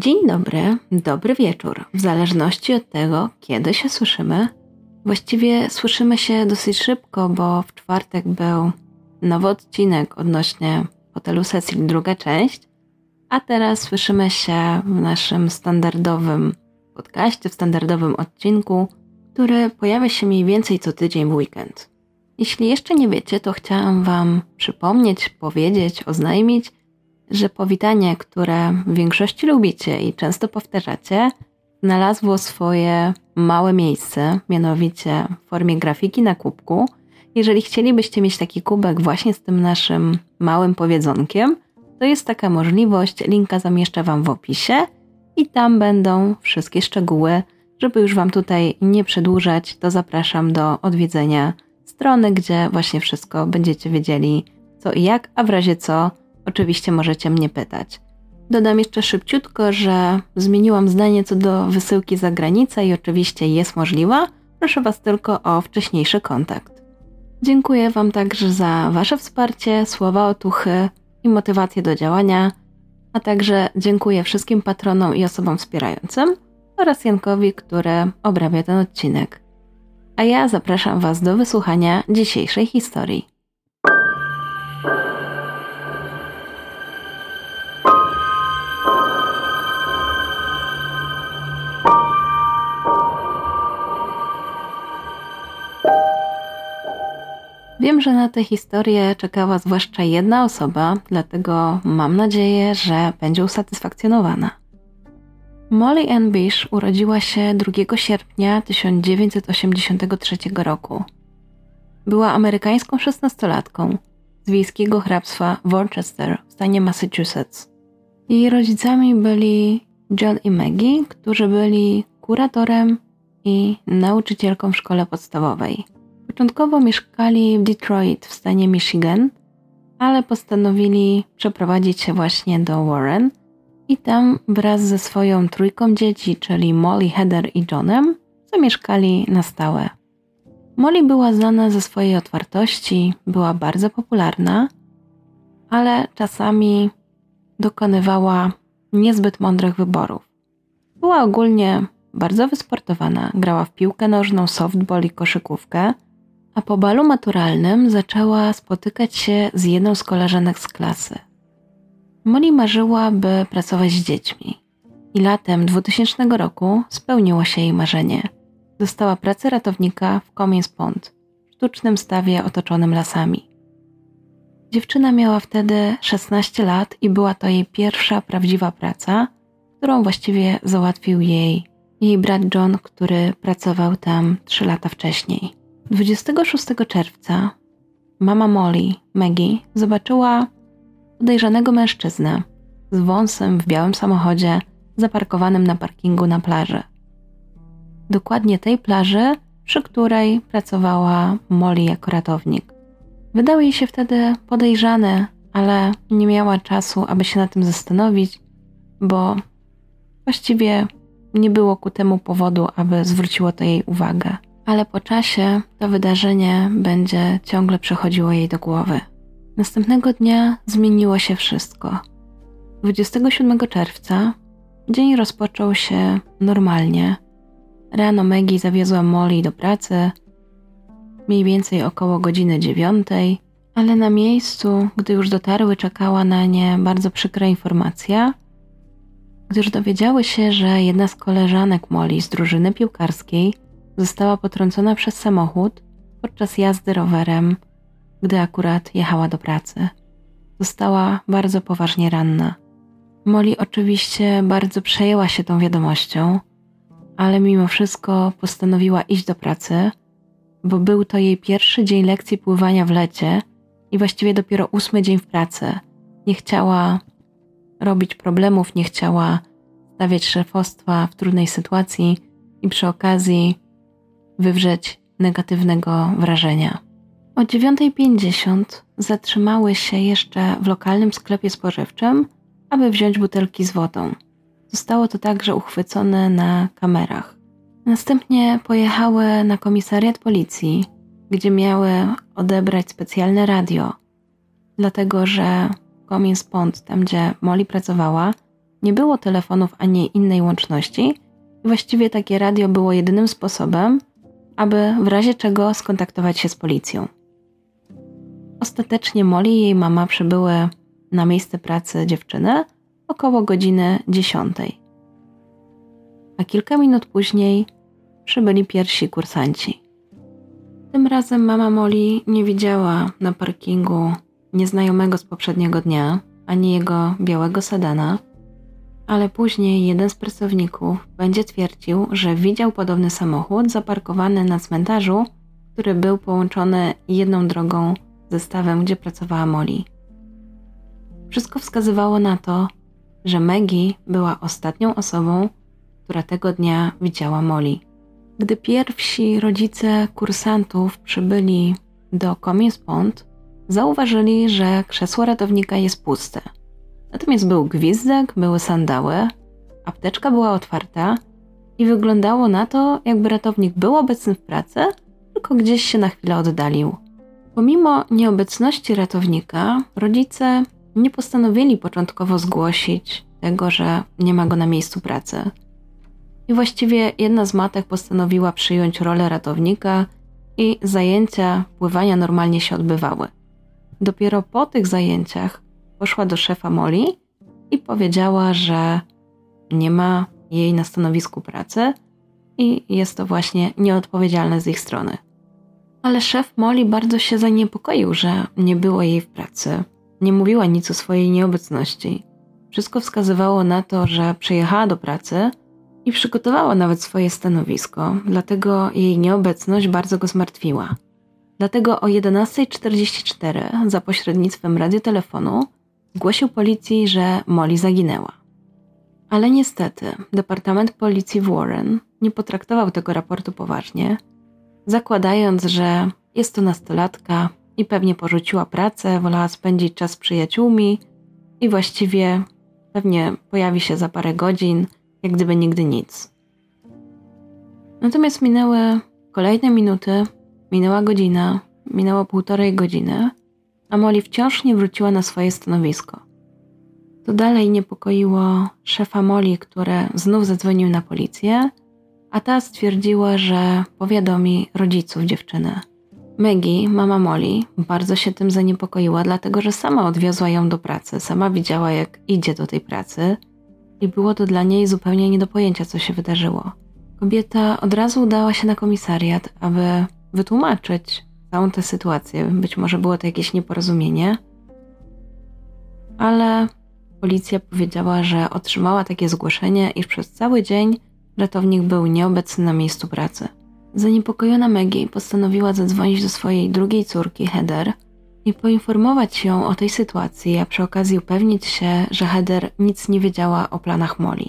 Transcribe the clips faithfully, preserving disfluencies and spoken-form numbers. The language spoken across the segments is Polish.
Dzień dobry, dobry wieczór. W zależności od tego, kiedy się słyszymy. Właściwie słyszymy się dosyć szybko, bo w czwartek był nowy odcinek odnośnie hotelu Cecil, druga część, a teraz słyszymy się w naszym standardowym podcaście, w standardowym odcinku, który pojawia się mniej więcej co tydzień w weekend. Jeśli jeszcze nie wiecie, to chciałam Wam przypomnieć, powiedzieć, oznajmić, że powitanie, które w większości lubicie i często powtarzacie, znalazło swoje małe miejsce, mianowicie w formie grafiki na kubku. Jeżeli chcielibyście mieć taki kubek właśnie z tym naszym małym powiedzonkiem, to jest taka możliwość, linka zamieszczę Wam w opisie i tam będą wszystkie szczegóły. Żeby już Wam tutaj nie przedłużać, to zapraszam do odwiedzenia strony, gdzie właśnie wszystko będziecie wiedzieli co i jak, a w razie co oczywiście możecie mnie pytać. Dodam jeszcze szybciutko, że zmieniłam zdanie co do wysyłki za granicę i oczywiście jest możliwa. Proszę Was tylko o wcześniejszy kontakt. Dziękuję Wam także za Wasze wsparcie, słowa otuchy i motywację do działania, a także dziękuję wszystkim patronom i osobom wspierającym oraz Jankowi, który obrabia ten odcinek. A ja zapraszam Was do wysłuchania dzisiejszej historii. Wiem, że na tę historię czekała zwłaszcza jedna osoba, dlatego mam nadzieję, że będzie usatysfakcjonowana. Molly Ann Bish urodziła się drugiego sierpnia tysiąc dziewięćset osiemdziesiątego trzeciego roku. Była amerykańską szesnastolatką z wiejskiego hrabstwa Worcester w stanie Massachusetts. Jej rodzicami byli John i Maggie, którzy byli kuratorem i nauczycielką w szkole podstawowej. Początkowo mieszkali w Detroit w stanie Michigan, ale postanowili przeprowadzić się właśnie do Warren i tam wraz ze swoją trójką dzieci, czyli Molly, Heather i Johnem, zamieszkali na stałe. Molly była znana ze swojej otwartości, była bardzo popularna, ale czasami dokonywała niezbyt mądrych wyborów. Była ogólnie bardzo wysportowana, grała w piłkę nożną, softball i koszykówkę, a po balu maturalnym zaczęła spotykać się z jedną z koleżanek z klasy. Molly marzyła, by pracować z dziećmi i latem dwutysięcznego roku spełniło się jej marzenie. Dostała pracę ratownika w Comins Pond, sztucznym stawie otoczonym lasami. Dziewczyna miała wtedy szesnaście lat i była to jej pierwsza prawdziwa praca, którą właściwie załatwił jej jej brat John, który pracował tam trzy lata wcześniej. dwudziestego szóstego czerwca mama Molly, Maggie, zobaczyła podejrzanego mężczyznę z wąsem w białym samochodzie zaparkowanym na parkingu na plaży. Dokładnie tej plaży, przy której pracowała Molly jako ratownik. Wydał jej się wtedy podejrzany, ale nie miała czasu, aby się na tym zastanowić, bo właściwie nie było ku temu powodu, aby zwróciło to jej uwagę. Ale po czasie to wydarzenie będzie ciągle przychodziło jej do głowy. Następnego dnia zmieniło się wszystko. dwudziestego siódmego czerwca dzień rozpoczął się normalnie. Rano Maggie zawiozła Molly do pracy, mniej więcej około godziny dziewiątej, ale na miejscu, gdy już dotarły, czekała na nie bardzo przykra informacja, gdyż dowiedziały się, że jedna z koleżanek Molly z drużyny piłkarskiej została potrącona przez samochód podczas jazdy rowerem, gdy akurat jechała do pracy. Została bardzo poważnie ranna. Molly oczywiście bardzo przejęła się tą wiadomością, ale mimo wszystko postanowiła iść do pracy, bo był to jej pierwszy dzień lekcji pływania w lecie i właściwie dopiero ósmy dzień w pracy. Nie chciała robić problemów, nie chciała stawiać szefostwa w trudnej sytuacji i przy okazji wywrzeć negatywnego wrażenia. O dziewiąta pięćdziesiąt zatrzymały się jeszcze w lokalnym sklepie spożywczym, aby wziąć butelki z wodą. Zostało to także uchwycone na kamerach. Następnie pojechały na komisariat policji, gdzie miały odebrać specjalne radio, dlatego że Comins Pond, tam gdzie Molly pracowała, nie było telefonów ani innej łączności i właściwie takie radio było jedynym sposobem, aby w razie czego skontaktować się z policją. Ostatecznie Molly i jej mama przybyły na miejsce pracy dziewczyny około godziny dziesiątej. A kilka minut później przybyli pierwsi kursanci. Tym razem mama Molly nie widziała na parkingu nieznajomego z poprzedniego dnia, ani jego białego sedana, ale później jeden z pracowników będzie twierdził, że widział podobny samochód zaparkowany na cmentarzu, który był połączony jedną drogą ze stawem, gdzie pracowała Molly. Wszystko wskazywało na to, że Maggie była ostatnią osobą, która tego dnia widziała Molly. Gdy pierwsi rodzice kursantów przybyli do Comins Pond, zauważyli, że krzesło ratownika jest puste. Natomiast był gwizdek, były sandały, apteczka była otwarta i wyglądało na to, jakby ratownik był obecny w pracy, tylko gdzieś się na chwilę oddalił. Pomimo nieobecności ratownika, rodzice nie postanowili początkowo zgłosić tego, że nie ma go na miejscu pracy. I właściwie jedna z matek postanowiła przyjąć rolę ratownika i zajęcia pływania normalnie się odbywały. Dopiero po tych zajęciach poszła do szefa Molly i powiedziała, że nie ma jej na stanowisku pracy i jest to właśnie nieodpowiedzialne z ich strony. Ale szef Molly bardzo się zaniepokoił, że nie było jej w pracy. Nie mówiła nic o swojej nieobecności. Wszystko wskazywało na to, że przyjechała do pracy i przygotowała nawet swoje stanowisko, dlatego jej nieobecność bardzo go zmartwiła. Dlatego o jedenasta czterdzieści cztery za pośrednictwem radiotelefonu zgłosił policji, że Molly zaginęła. Ale niestety Departament Policji w Warren nie potraktował tego raportu poważnie, zakładając, że jest to nastolatka i pewnie porzuciła pracę, wolała spędzić czas z przyjaciółmi i właściwie pewnie pojawi się za parę godzin, jak gdyby nigdy nic. Natomiast minęły kolejne minuty, minęła godzina, minęło półtorej godziny, a Molly wciąż nie wróciła na swoje stanowisko. To dalej niepokoiło szefa Molly, który znów zadzwonił na policję, a ta stwierdziła, że powiadomi rodziców dziewczyny. Maggie, mama Molly, bardzo się tym zaniepokoiła, dlatego że sama odwiozła ją do pracy, sama widziała, jak idzie do tej pracy i było to dla niej zupełnie nie do pojęcia, co się wydarzyło. Kobieta od razu udała się na komisariat, aby wytłumaczyć całą tę sytuację. Być może było to jakieś nieporozumienie, ale policja powiedziała, że otrzymała takie zgłoszenie, iż przez cały dzień ratownik był nieobecny na miejscu pracy. Zaniepokojona Maggie postanowiła zadzwonić do swojej drugiej córki, Heather, i poinformować ją o tej sytuacji, a przy okazji upewnić się, że Heather nic nie wiedziała o planach Molly.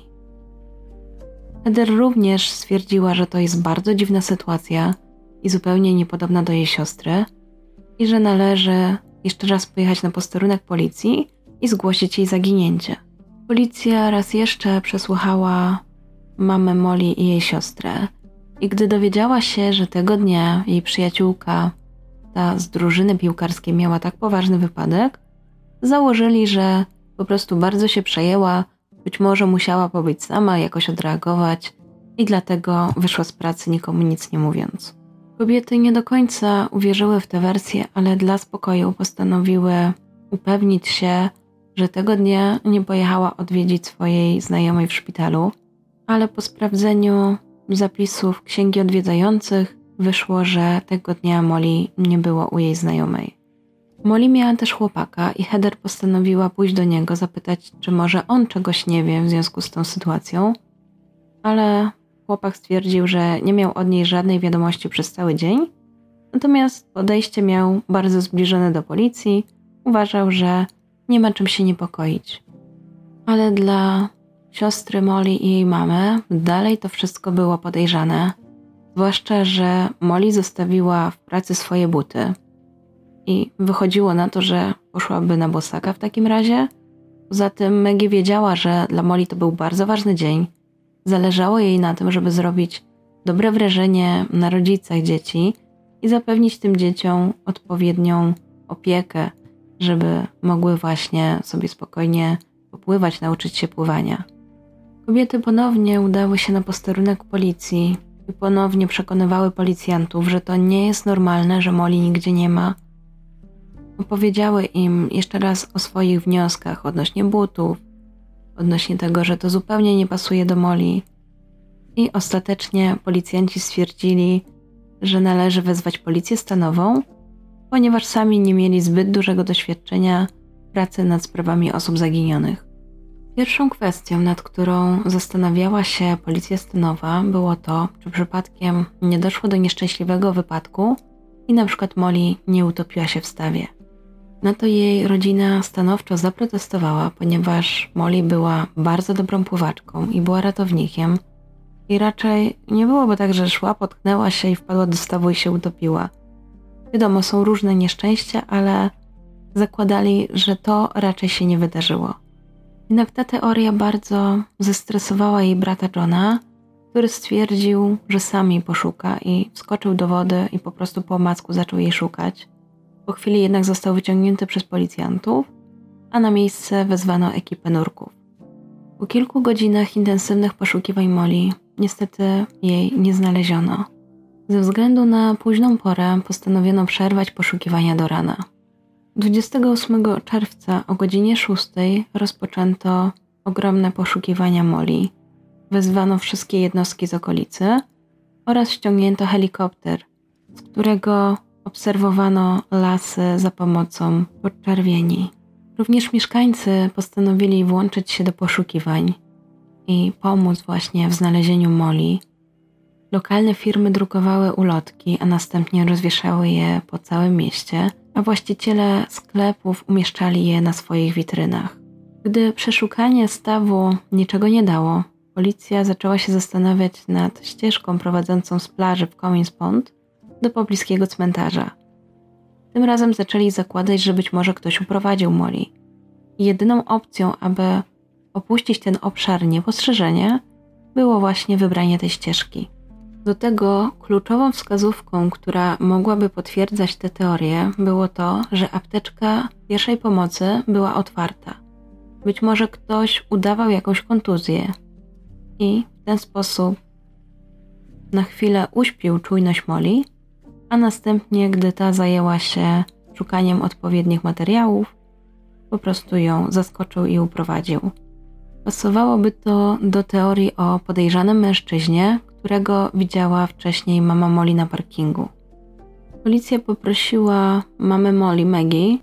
Heather również stwierdziła, że to jest bardzo dziwna sytuacja i zupełnie niepodobna do jej siostry i że należy jeszcze raz pojechać na posterunek policji i zgłosić jej zaginięcie. Policja raz jeszcze przesłuchała mamę Molly i jej siostrę i gdy dowiedziała się, że tego dnia jej przyjaciółka, ta z drużyny piłkarskiej, miała tak poważny wypadek, założyli, że po prostu bardzo się przejęła, być może musiała pobyć sama, jakoś odreagować i dlatego wyszła z pracy nikomu nic nie mówiąc. Kobiety nie do końca uwierzyły w tę wersję, ale dla spokoju postanowiły upewnić się, że tego dnia nie pojechała odwiedzić swojej znajomej w szpitalu, ale po sprawdzeniu zapisów księgi odwiedzających wyszło, że tego dnia Molly nie było u jej znajomej. Molly miała też chłopaka i Heather postanowiła pójść do niego, zapytać, czy może on czegoś nie wie w związku z tą sytuacją, ale chłopak stwierdził, że nie miał od niej żadnej wiadomości przez cały dzień, natomiast podejście miał bardzo zbliżone do policji, uważał, że nie ma czym się niepokoić. Ale dla siostry Molly i jej mamy dalej to wszystko było podejrzane, zwłaszcza, że Molly zostawiła w pracy swoje buty i wychodziło na to, że poszłaby na bosaka w takim razie. Poza tym Maggie wiedziała, że dla Molly to był bardzo ważny dzień. Zależało jej na tym, żeby zrobić dobre wrażenie na rodzicach dzieci i zapewnić tym dzieciom odpowiednią opiekę, żeby mogły właśnie sobie spokojnie popływać, nauczyć się pływania. Kobiety ponownie udały się na posterunek policji i ponownie przekonywały policjantów, że to nie jest normalne, że Molly nigdzie nie ma. Opowiedziały im jeszcze raz o swoich wnioskach odnośnie butów, odnośnie tego, że to zupełnie nie pasuje do Molly. I ostatecznie policjanci stwierdzili, że należy wezwać policję stanową, ponieważ sami nie mieli zbyt dużego doświadczenia pracy nad sprawami osób zaginionych. Pierwszą kwestią, nad którą zastanawiała się policja stanowa, było to, czy przypadkiem nie doszło do nieszczęśliwego wypadku i na przykład Molly nie utopiła się w stawie. Na to jej rodzina stanowczo zaprotestowała, ponieważ Molly była bardzo dobrą pływaczką i była ratownikiem i raczej nie byłoby tak, że szła, potknęła się i wpadła do stawu i się utopiła. Wiadomo, są różne nieszczęścia, ale zakładali, że to raczej się nie wydarzyło. Jednak ta teoria bardzo zestresowała jej brata Johna, który stwierdził, że sam jej poszuka i wskoczył do wody i po prostu po omacku zaczął jej szukać. Po chwili jednak został wyciągnięty przez policjantów, a na miejsce wezwano ekipę nurków. Po kilku godzinach intensywnych poszukiwań Molly niestety jej nie znaleziono. Ze względu na późną porę postanowiono przerwać poszukiwania do rana. dwudziestego ósmego czerwca o godzinie szóstej rozpoczęto ogromne poszukiwania Molly. Wezwano wszystkie jednostki z okolicy oraz ściągnięto helikopter, z którego obserwowano lasy za pomocą podczerwieni. Również mieszkańcy postanowili włączyć się do poszukiwań i pomóc właśnie w znalezieniu Molly. Lokalne firmy drukowały ulotki, a następnie rozwieszały je po całym mieście, a właściciele sklepów umieszczali je na swoich witrynach. Gdy przeszukanie stawu niczego nie dało, policja zaczęła się zastanawiać nad ścieżką prowadzącą z plaży w Comins Pond do pobliskiego cmentarza. Tym razem zaczęli zakładać, że być może ktoś uprowadził Molly. I jedyną opcją, aby opuścić ten obszar niepostrzeżenie, było właśnie wybranie tej ścieżki. Do tego kluczową wskazówką, która mogłaby potwierdzać tę teorię, było to, że apteczka pierwszej pomocy była otwarta. Być może ktoś udawał jakąś kontuzję i w ten sposób na chwilę uśpił czujność Molly, a następnie, gdy ta zajęła się szukaniem odpowiednich materiałów, po prostu ją zaskoczył i uprowadził. Pasowałoby to do teorii o podejrzanym mężczyźnie, którego widziała wcześniej mama Molly na parkingu. Policja poprosiła mamę Molly, Maggie,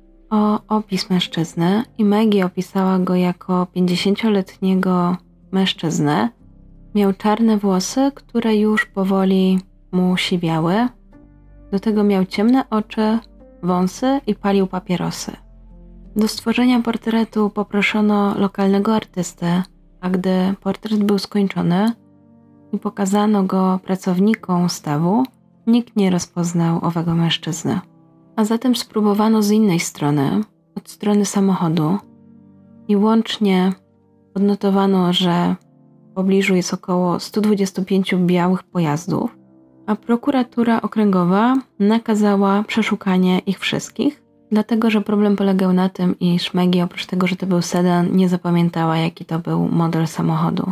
o opis mężczyzny i Maggie opisała go jako pięćdziesięcioletniego mężczyznę. Miał czarne włosy, które już powoli mu siwiały. Do tego miał ciemne oczy, wąsy i palił papierosy. Do stworzenia portretu poproszono lokalnego artystę, a gdy portret był skończony i pokazano go pracownikom stawu, nikt nie rozpoznał owego mężczyzny. A zatem spróbowano z innej strony, od strony samochodu i łącznie odnotowano, że w pobliżu jest około sto dwadzieścia pięć białych pojazdów, a prokuratura okręgowa nakazała przeszukanie ich wszystkich, dlatego że problem polegał na tym, iż Maggie oprócz tego, że to był sedan, nie zapamiętała, jaki to był model samochodu.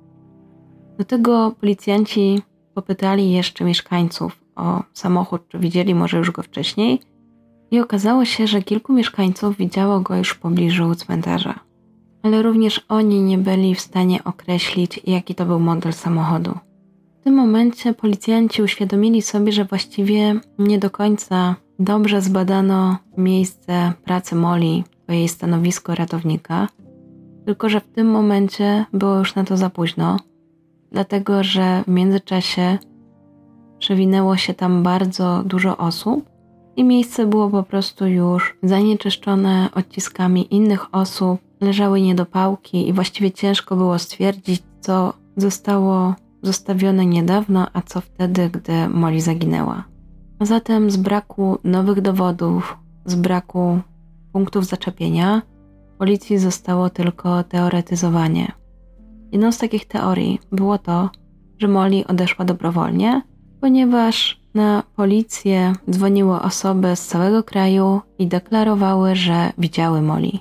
Do tego policjanci popytali jeszcze mieszkańców o samochód, czy widzieli może już go wcześniej i okazało się, że kilku mieszkańców widziało go już w pobliżu cmentarza. Ale również oni nie byli w stanie określić, jaki to był model samochodu. W tym momencie policjanci uświadomili sobie, że właściwie nie do końca dobrze zbadano miejsce pracy Molly, to jej stanowisko ratownika, tylko że w tym momencie było już na to za późno, dlatego że w międzyczasie przewinęło się tam bardzo dużo osób i miejsce było po prostu już zanieczyszczone odciskami innych osób, leżały niedopałki i właściwie ciężko było stwierdzić, co zostało zostawione niedawno, a co wtedy, gdy Molly zaginęła. A zatem z braku nowych dowodów, z braku punktów zaczepienia, policji zostało tylko teoretyzowanie. Jedną z takich teorii było to, że Molly odeszła dobrowolnie, ponieważ na policję dzwoniły osoby z całego kraju i deklarowały, że widziały Molly.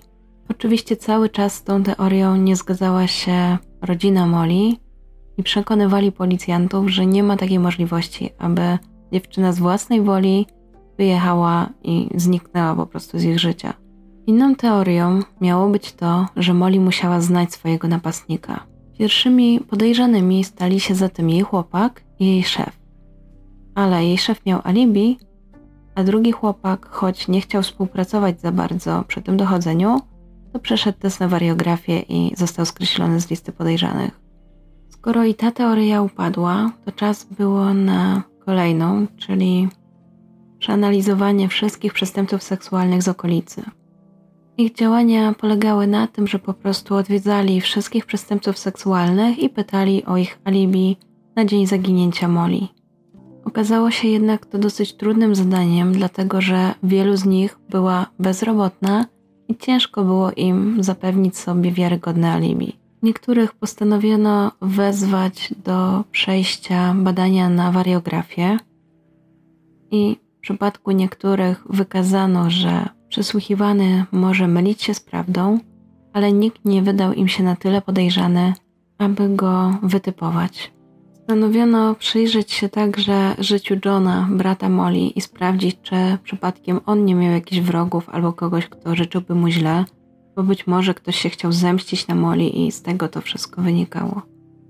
Oczywiście cały czas z tą teorią nie zgadzała się rodzina Molly i przekonywali policjantów, że nie ma takiej możliwości, aby dziewczyna z własnej woli wyjechała i zniknęła po prostu z ich życia. Inną teorią miało być to, że Molly musiała znać swojego napastnika. Pierwszymi podejrzanymi stali się zatem jej chłopak i jej szef. Ale jej szef miał alibi, a drugi chłopak, choć nie chciał współpracować za bardzo przy tym dochodzeniu, to przeszedł test na wariografię i został skreślony z listy podejrzanych. Skoro i ta teoria upadła, to czas było na kolejną, czyli przeanalizowanie wszystkich przestępców seksualnych z okolicy. Ich działania polegały na tym, że po prostu odwiedzali wszystkich przestępców seksualnych i pytali o ich alibi na dzień zaginięcia Molly. Okazało się jednak to dosyć trudnym zadaniem, dlatego że wielu z nich była bezrobotna i ciężko było im zapewnić sobie wiarygodne alibi. Niektórych postanowiono wezwać do przejścia badania na wariografię i w przypadku niektórych wykazano, że przesłuchiwany może mylić się z prawdą, ale nikt nie wydał im się na tyle podejrzany, aby go wytypować. Postanowiono przyjrzeć się także życiu Johna, brata Molly, i sprawdzić, czy przypadkiem on nie miał jakichś wrogów albo kogoś, kto życzyłby mu źle, bo być może ktoś się chciał zemścić na Molly i z tego to wszystko wynikało.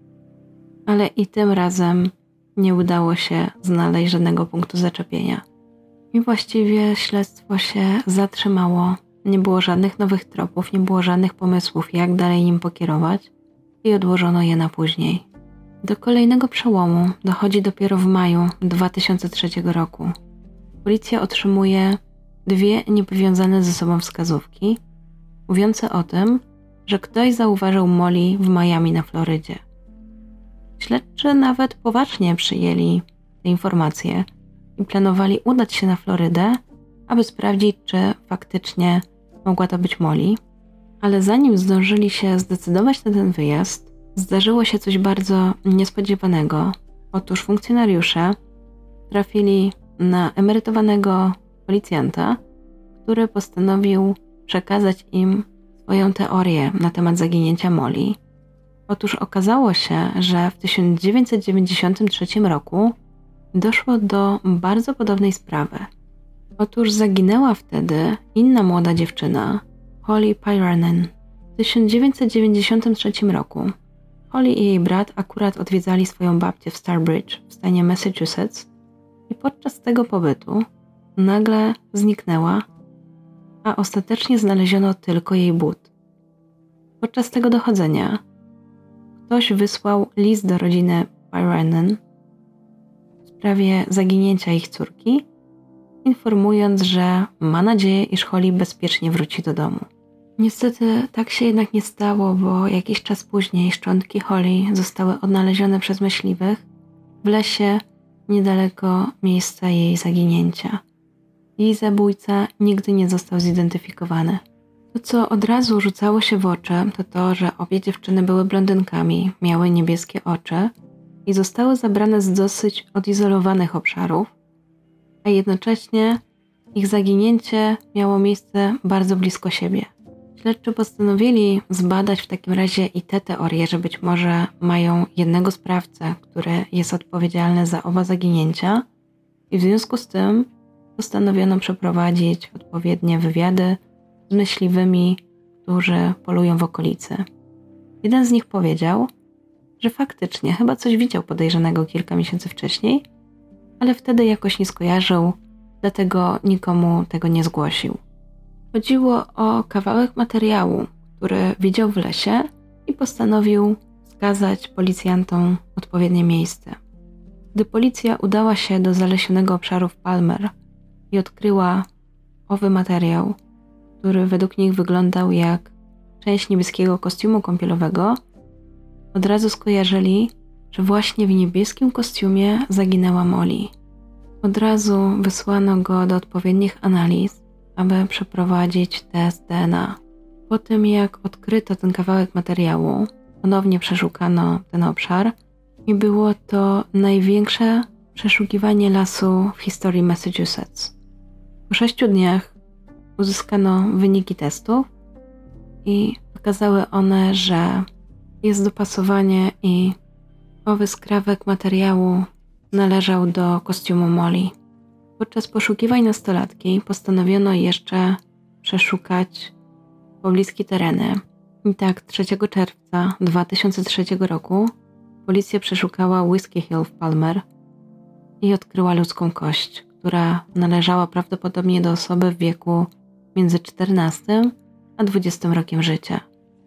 Ale i tym razem nie udało się znaleźć żadnego punktu zaczepienia. I właściwie śledztwo się zatrzymało. Nie było żadnych nowych tropów, nie było żadnych pomysłów, jak dalej nim pokierować i odłożono je na później. Do kolejnego przełomu dochodzi dopiero w maju dwa tysiące trzeciego roku. Policja otrzymuje dwie niepowiązane ze sobą wskazówki, mówiące o tym, że ktoś zauważył Molly w Miami na Florydzie. Śledczy nawet poważnie przyjęli te informacje i planowali udać się na Florydę, aby sprawdzić, czy faktycznie mogła to być Molly, ale zanim zdążyli się zdecydować na ten wyjazd, zdarzyło się coś bardzo niespodziewanego. Otóż funkcjonariusze trafili na emerytowanego policjanta, który postanowił przekazać im swoją teorię na temat zaginięcia Molly. Otóż okazało się, że w tysiąc dziewięćset dziewięćdziesiątym trzecim roku doszło do bardzo podobnej sprawy. Otóż zaginęła wtedy inna młoda dziewczyna, Holly Pyranen. W tysiąc dziewięćset dziewięćdziesiątym trzecim roku Holly i jej brat akurat odwiedzali swoją babcię w Starbridge w stanie Massachusetts i podczas tego pobytu nagle zniknęła, a ostatecznie znaleziono tylko jej but. Podczas tego dochodzenia ktoś wysłał list do rodziny Pyranen w sprawie zaginięcia ich córki, informując, że ma nadzieję, iż Holly bezpiecznie wróci do domu. Niestety tak się jednak nie stało, bo jakiś czas później szczątki Holly zostały odnalezione przez myśliwych w lesie niedaleko miejsca jej zaginięcia. Jej zabójca nigdy nie został zidentyfikowany. To, co od razu rzucało się w oczy, to to, że obie dziewczyny były blondynkami, miały niebieskie oczy i zostały zabrane z dosyć odizolowanych obszarów, a jednocześnie ich zaginięcie miało miejsce bardzo blisko siebie. Śledczy postanowili zbadać w takim razie i te teorie, że być może mają jednego sprawcę, który jest odpowiedzialny za oba zaginięcia, i w związku z tym postanowiono przeprowadzić odpowiednie wywiady z myśliwymi, którzy polują w okolicy. Jeden z nich powiedział, że faktycznie chyba coś widział podejrzanego kilka miesięcy wcześniej, ale wtedy jakoś nie skojarzył, dlatego nikomu tego nie zgłosił. Chodziło o kawałek materiału, który widział w lesie i postanowił wskazać policjantom odpowiednie miejsce. Gdy policja udała się do zalesionego obszaru w Palmer i odkryła owy materiał, który według nich wyglądał jak część niebieskiego kostiumu kąpielowego, od razu skojarzyli, że właśnie w niebieskim kostiumie zaginęła Molly. Od razu wysłano go do odpowiednich analiz, aby przeprowadzić test D N A. Po tym, jak odkryto ten kawałek materiału, ponownie przeszukano ten obszar i było to największe przeszukiwanie lasu w historii Massachusetts. Po sześciu dniach uzyskano wyniki testów i wykazały one, że jest dopasowanie i owy skrawek materiału należał do kostiumu Molly. Podczas poszukiwań nastolatki postanowiono jeszcze przeszukać pobliskie tereny. I tak trzeciego czerwca dwa tysiące trzeciego roku policja przeszukała Whiskey Hill w Palmer i odkryła ludzką kość, która należała prawdopodobnie do osoby w wieku między czternastym a dwudziestym rokiem życia.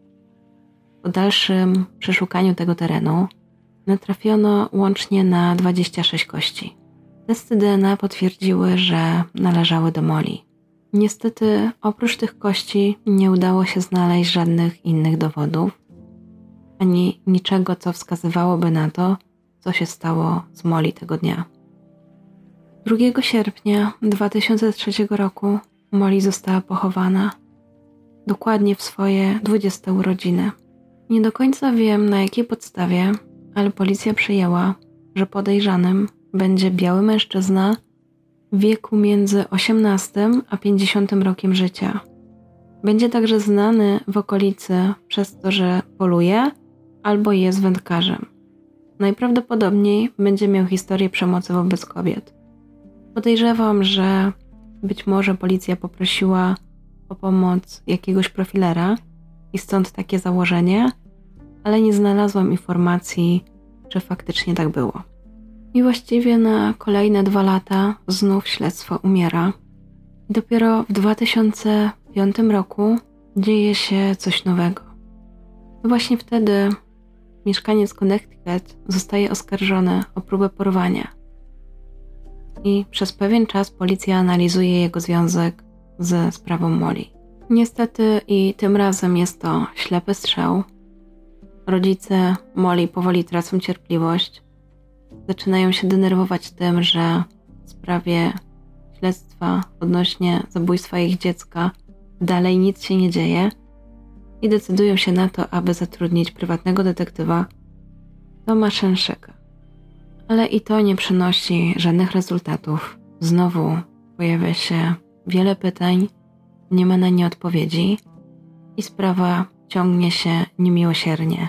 Po dalszym przeszukaniu tego terenu natrafiono łącznie na dwadzieścia sześć kości. Testy D N A potwierdziły, że należały do Molly. Niestety oprócz tych kości nie udało się znaleźć żadnych innych dowodów, ani niczego, co wskazywałoby na to, co się stało z Molly tego dnia. drugiego sierpnia dwa tysiące trzeciego roku Molly została pochowana, dokładnie w swoje dwudzieste urodziny. Nie do końca wiem, na jakiej podstawie, ale policja przyjęła, że podejrzanym będzie biały mężczyzna w wieku między osiemnastym a pięćdziesiątym rokiem życia. Będzie także znany w okolicy przez to, że poluje albo jest wędkarzem. Najprawdopodobniej będzie miał historię przemocy wobec kobiet. Podejrzewam, że być może policja poprosiła o pomoc jakiegoś profilera i stąd takie założenie, ale nie znalazłam informacji, czy faktycznie tak było. I właściwie na kolejne dwa lata znów śledztwo umiera. I dopiero w dwa tysiące piątym roku dzieje się coś nowego. To właśnie wtedy mieszkaniec Connecticut zostaje oskarżony o próbę porwania. I przez pewien czas policja analizuje jego związek ze sprawą Molly. Niestety i tym razem jest to ślepy strzał. Rodzice Molly powoli tracą cierpliwość. Zaczynają się denerwować tym, że w sprawie śledztwa odnośnie zabójstwa ich dziecka dalej nic się nie dzieje i decydują się na to, aby zatrudnić prywatnego detektywa Toma Shensheka. Ale i to nie przynosi żadnych rezultatów. Znowu pojawia się wiele pytań, nie ma na nie odpowiedzi i sprawa ciągnie się niemiłosiernie.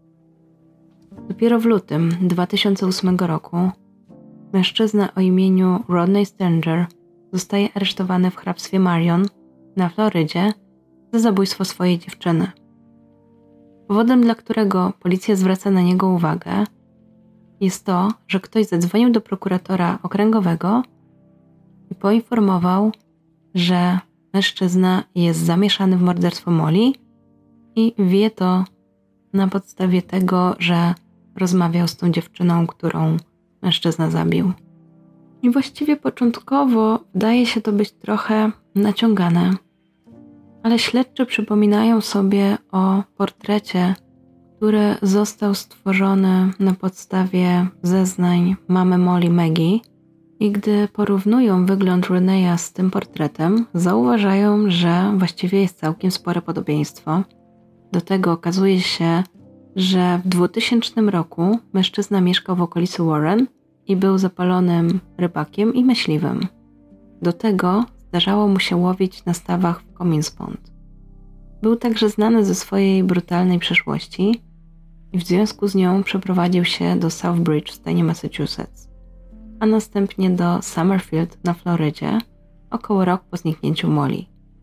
Dopiero w lutym dwa tysiące ósmego roku mężczyzna o imieniu Rodney Stanger zostaje aresztowany w hrabstwie Marion na Florydzie za zabójstwo swojej dziewczyny. Powodem, dla którego policja zwraca na niego uwagę, jest to, że ktoś zadzwonił do prokuratora okręgowego i poinformował, że mężczyzna jest zamieszany w morderstwo Molly i wie to na podstawie tego, że rozmawiał z tą dziewczyną, którą mężczyzna zabił. I właściwie początkowo wydaje się to być trochę naciągane, ale śledczy przypominają sobie o portrecie, który został stworzony na podstawie zeznań mamy Molly Maggie i gdy porównują wygląd Reneya z tym portretem, zauważają, że właściwie jest całkiem spore podobieństwo. Do tego okazuje się, że w dwutysięcznym roku mężczyzna mieszkał w okolicy Warren i był zapalonym rybakiem i myśliwym. Do tego zdarzało mu się łowić na stawach w Comins Pond. Był także znany ze swojej brutalnej przeszłości i w związku z nią przeprowadził się do Southbridge w stanie Massachusetts, a następnie do Summerfield na Florydzie około rok po zniknięciu Molly.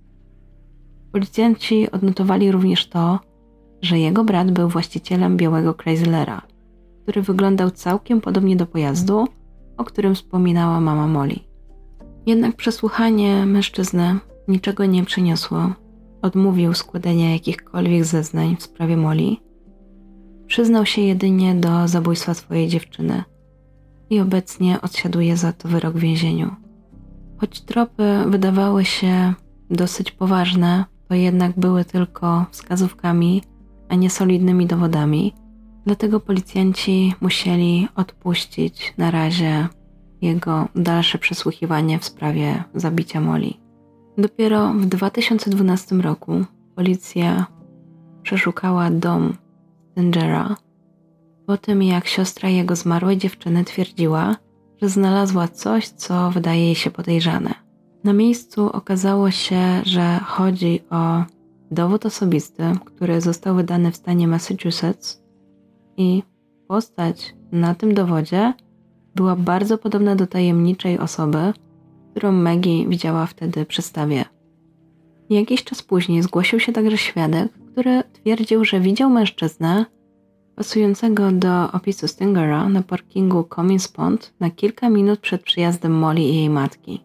Policjanci odnotowali również to, że jego brat był właścicielem białego Chryslera, który wyglądał całkiem podobnie do pojazdu, o którym wspominała mama Molly. Jednak przesłuchanie mężczyzny niczego nie przyniosło. Odmówił składania jakichkolwiek zeznań w sprawie Molly. Przyznał się jedynie do zabójstwa swojej dziewczyny i obecnie odsiaduje za to wyrok w więzieniu. Choć tropy wydawały się dosyć poważne, to jednak były tylko wskazówkami, a nie solidnymi dowodami, dlatego policjanci musieli odpuścić na razie jego dalsze przesłuchiwanie w sprawie zabicia Molly. Dopiero w dwa tysiące dwunastym roku policja przeszukała dom Stangera po tym, jak siostra jego zmarłej dziewczyny twierdziła, że znalazła coś, co wydaje jej się podejrzane. Na miejscu okazało się, że chodzi o dowód osobisty, który został wydany w stanie Massachusetts i postać na tym dowodzie była bardzo podobna do tajemniczej osoby, którą Maggie widziała wtedy przy stawie. Jakiś czas później zgłosił się także świadek, który twierdził, że widział mężczyznę pasującego do opisu Stingera na parkingu Comins Pond na kilka minut przed przyjazdem Molly i jej matki.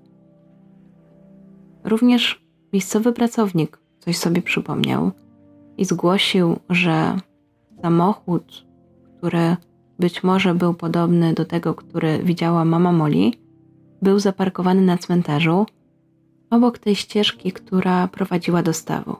Również miejscowy pracownik coś sobie przypomniał i zgłosił, że samochód, który być może był podobny do tego, który widziała mama Molly, był zaparkowany na cmentarzu obok tej ścieżki, która prowadziła do stawu.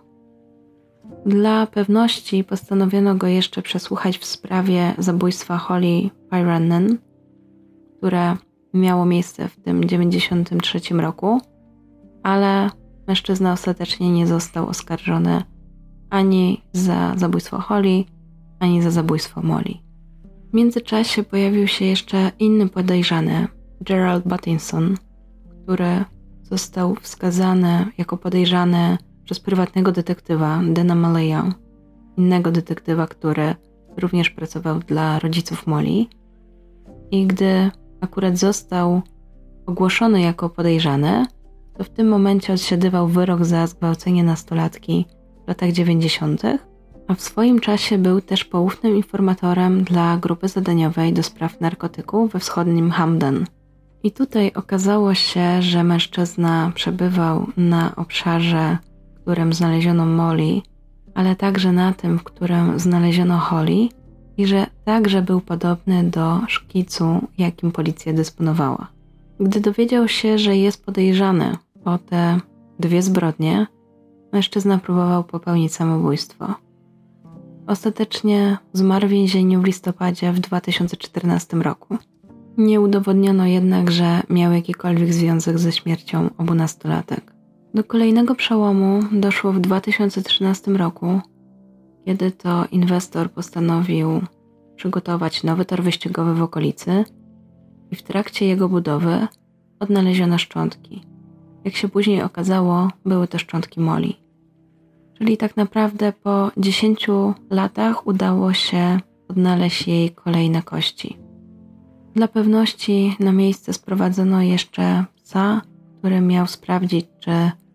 Dla pewności postanowiono go jeszcze przesłuchać w sprawie zabójstwa Holly Pyranen, które miało miejsce w tym dziewięćdziesiątym trzecim roku, ale mężczyzna ostatecznie nie został oskarżony ani za zabójstwo Holly, ani za zabójstwo Molly. W międzyczasie pojawił się jeszcze inny podejrzany, Gerald Buttinson, który został wskazany jako podejrzany przez prywatnego detektywa Dana Maleya, innego detektywa, który również pracował dla rodziców Molly. I gdy akurat został ogłoszony jako podejrzany, to w tym momencie odsiadywał wyrok za zgwałcenie nastolatki w latach dziewięćdziesiątych, a w swoim czasie był też poufnym informatorem dla grupy zadaniowej do spraw narkotyków we wschodnim Hamden. I tutaj okazało się, że mężczyzna przebywał na obszarze, w którym znaleziono Molly, ale także na tym, w którym znaleziono Holly i że także był podobny do szkicu, jakim policja dysponowała. Gdy dowiedział się, że jest podejrzany o te dwie zbrodnie, mężczyzna próbował popełnić samobójstwo. Ostatecznie zmarł w więzieniu w listopadzie w dwa tysiące czternastym roku. Nie udowodniono jednak, że miał jakikolwiek związek ze śmiercią obu nastolatek. Do kolejnego przełomu doszło w dwa tysiące trzynastym roku, kiedy to inwestor postanowił przygotować nowy tor wyścigowy w okolicy i w trakcie jego budowy odnaleziono szczątki. Jak się później okazało, były to szczątki Molly. Czyli tak naprawdę po dziesięciu latach udało się odnaleźć jej kolejne kości. Dla pewności na miejsce sprowadzono jeszcze psa, który miał sprawdzić, czy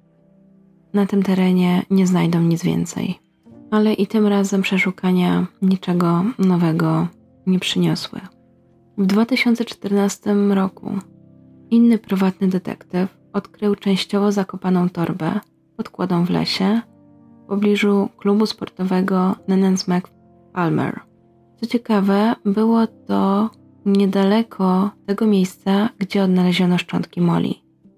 na tym terenie nie znajdą nic więcej. Ale i tym razem przeszukania niczego nowego nie przyniosły. W dwa tysiące czternastym roku inny prywatny detektyw odkrył częściowo zakopaną torbę pod kładą w lesie w pobliżu klubu sportowego Nenens Palmer. Co ciekawe, było to niedaleko tego miejsca, gdzie odnaleziono szczątki Molly.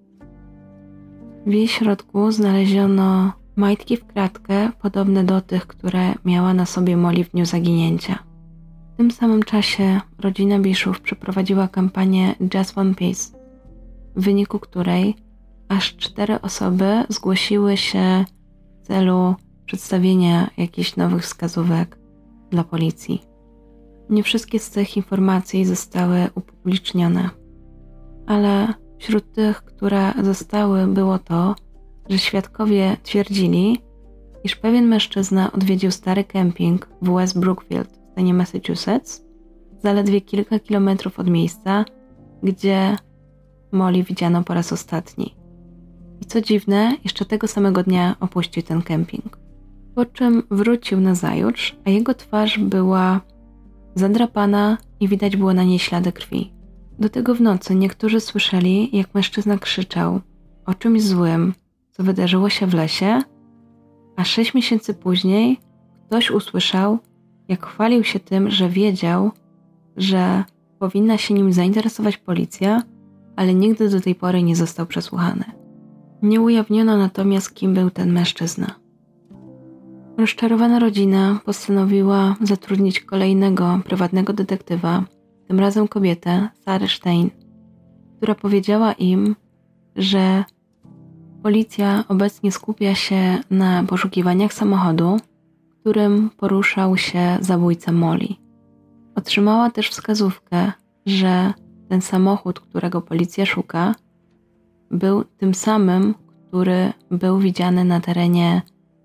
W jej środku znaleziono majtki w kratkę podobne do tych, które miała na sobie Molly w dniu zaginięcia. W tym samym czasie rodzina Bishów przeprowadziła kampanię Just One Piece, w wyniku której aż cztery osoby zgłosiły się w celu przedstawienia jakichś nowych wskazówek dla policji. Nie wszystkie z tych informacji zostały upublicznione, ale wśród tych, które zostały, było to, że świadkowie twierdzili, iż pewien mężczyzna odwiedził stary kemping w West Brookfield w stanie Massachusetts, zaledwie kilka kilometrów od miejsca, gdzie Molly widziano po raz ostatni. I co dziwne, jeszcze tego samego dnia opuścił ten kemping. Po czym wrócił nazajutrz, a jego twarz była zadrapana i widać było na niej ślady krwi. Do tego w nocy niektórzy słyszeli, jak mężczyzna krzyczał o czymś złym, co wydarzyło się w lesie, a sześć miesięcy później ktoś usłyszał, jak chwalił się tym, że wiedział, że powinna się nim zainteresować policja, ale nigdy do tej pory nie został przesłuchany. Nie ujawniono natomiast, kim był ten mężczyzna. Rozczarowana rodzina postanowiła zatrudnić kolejnego prywatnego detektywa, tym razem kobietę, Sarę Stein, która powiedziała im, że policja obecnie skupia się na poszukiwaniach samochodu, którym poruszał się zabójca Molly. Otrzymała też wskazówkę, że ten samochód, którego policja szuka, był tym samym, który był widziany na terenie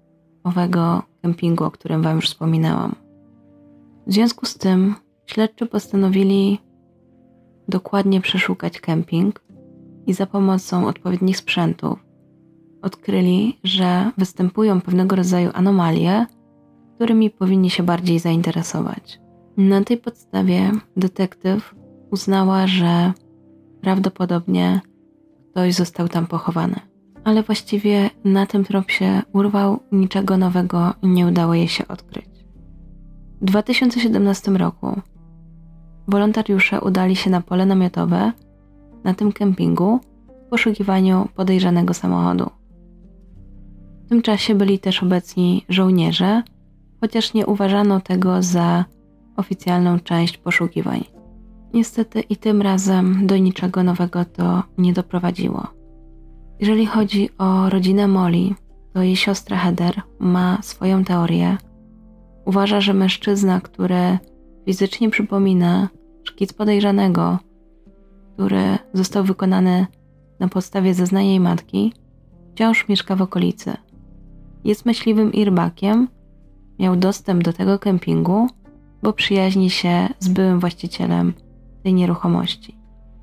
owego kempingu, o którym wam już wspominałam. W związku z tym śledczy postanowili dokładnie przeszukać kemping i za pomocą odpowiednich sprzętów odkryli, że występują pewnego rodzaju anomalie, którymi powinni się bardziej zainteresować. Na tej podstawie detektyw uznała, że prawdopodobnie ktoś został tam pochowany. Ale właściwie na tym trop się urwał, niczego nowego nie udało jej się odkryć. W dwa tysiące siedemnastym roku wolontariusze udali się na pole namiotowe na tym kempingu w poszukiwaniu podejrzanego samochodu. W tym czasie byli też obecni żołnierze, chociaż nie uważano tego za oficjalną część poszukiwań. Niestety i tym razem do niczego nowego to nie doprowadziło. Jeżeli chodzi o rodzinę Molly, to jej siostra Heather ma swoją teorię. Uważa, że mężczyzna, który fizycznie przypomina szkic podejrzanego, który został wykonany na podstawie zeznania jej matki, wciąż mieszka w okolicy. Jest myśliwym i rybakiem, miał dostęp do tego kempingu, bo przyjaźni się z byłym właścicielem tej nieruchomości.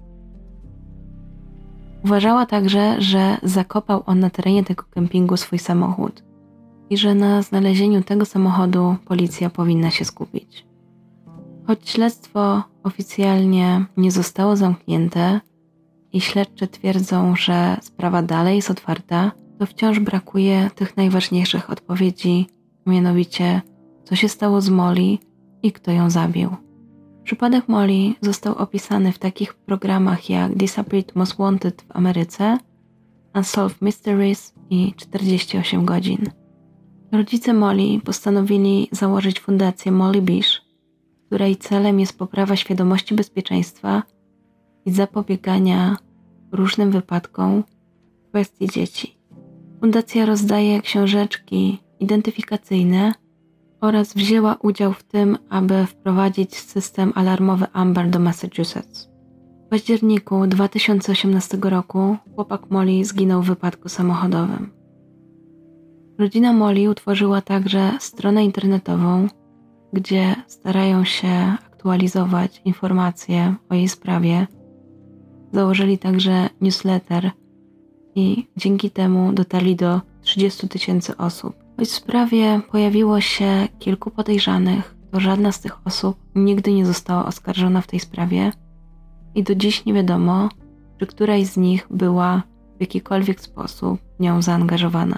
Uważała także, że zakopał on na terenie tego kempingu swój samochód i że na znalezieniu tego samochodu policja powinna się skupić. Choć śledztwo oficjalnie nie zostało zamknięte i śledczy twierdzą, że sprawa dalej jest otwarta, to wciąż brakuje tych najważniejszych odpowiedzi, mianowicie co się stało z Molly i kto ją zabił. Przypadek Molly został opisany w takich programach jak Disappeared Most Wanted w Ameryce, Unsolved Mysteries i czterdzieści osiem godzin. Rodzice Molly postanowili założyć fundację Molly Bish, której celem jest poprawa świadomości bezpieczeństwa i zapobiegania różnym wypadkom w kwestii dzieci. Fundacja rozdaje książeczki identyfikacyjne oraz wzięła udział w tym, aby wprowadzić system alarmowy Amber do Massachusetts. W październiku dwa tysiące osiemnastego roku chłopak Molly zginął w wypadku samochodowym. Rodzina Molly utworzyła także stronę internetową, gdzie starają się aktualizować informacje o jej sprawie. Założyli także newsletter i dzięki temu dotarli do trzydziestu tysięcy osób. Choć w sprawie pojawiło się kilku podejrzanych, to żadna z tych osób nigdy nie została oskarżona w tej sprawie i do dziś nie wiadomo, czy któraś z nich była w jakikolwiek sposób w nią zaangażowana.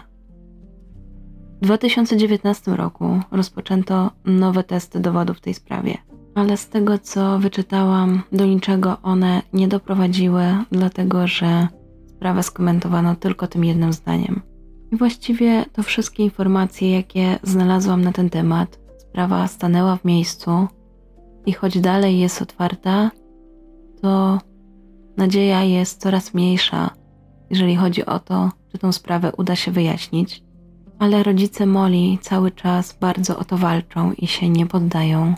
W dwa tysiące dziewiętnastym roku rozpoczęto nowe testy dowodów w tej sprawie, ale z tego co wyczytałam, do niczego one nie doprowadziły, dlatego że sprawę skomentowano tylko tym jednym zdaniem. I właściwie to wszystkie informacje, jakie znalazłam na ten temat. Sprawa stanęła w miejscu i choć dalej jest otwarta, to nadzieja jest coraz mniejsza, jeżeli chodzi o to, czy tą sprawę uda się wyjaśnić. Ale rodzice Molly cały czas bardzo o to walczą i się nie poddają.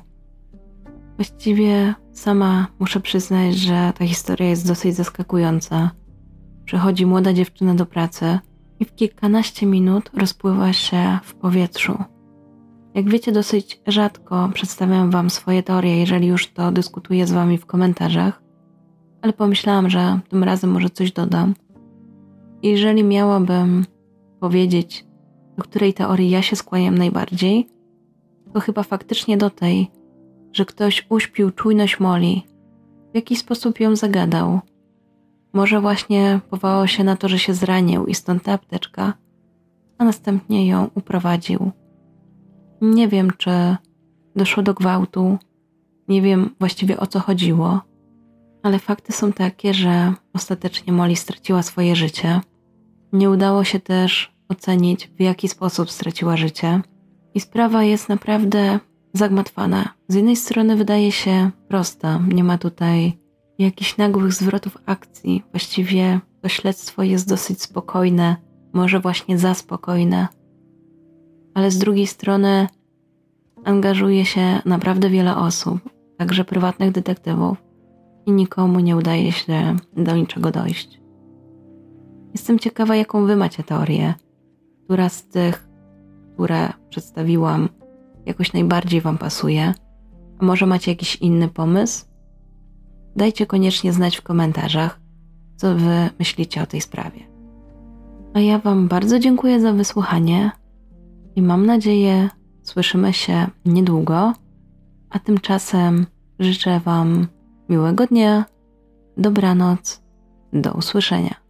Właściwie sama muszę przyznać, że ta historia jest dosyć zaskakująca. Przychodzi młoda dziewczyna do pracy i w kilkanaście minut rozpływa się w powietrzu. Jak wiecie, dosyć rzadko przedstawiam wam swoje teorie, jeżeli już to dyskutuję z wami w komentarzach, ale pomyślałam, że tym razem może coś dodam. I jeżeli miałabym powiedzieć, do której teorii ja się skłaniam najbardziej, to chyba faktycznie do tej, że ktoś uśpił czujność Molly, w jakiś sposób ją zagadał. Może właśnie powołało się na to, że się zranił i stąd ta apteczka, a następnie ją uprowadził. Nie wiem, czy doszło do gwałtu, nie wiem właściwie o co chodziło, ale fakty są takie, że ostatecznie Molly straciła swoje życie. Nie udało się też ocenić, w jaki sposób straciła życie i sprawa jest naprawdę zagmatwana. Z jednej strony wydaje się prosta, nie ma tutaj jakichś nagłych zwrotów akcji. Właściwie to śledztwo jest dosyć spokojne, może właśnie za spokojne. Ale z drugiej strony angażuje się naprawdę wiele osób, także prywatnych detektywów i nikomu nie udaje się do niczego dojść. Jestem ciekawa, jaką wy macie teorię, która z tych, które przedstawiłam, jakoś najbardziej Wam pasuje? A może macie jakiś inny pomysł? Dajcie koniecznie znać w komentarzach, co Wy myślicie o tej sprawie. A ja Wam bardzo dziękuję za wysłuchanie i mam nadzieję, słyszymy się niedługo, a tymczasem życzę Wam miłego dnia, dobranoc, do usłyszenia.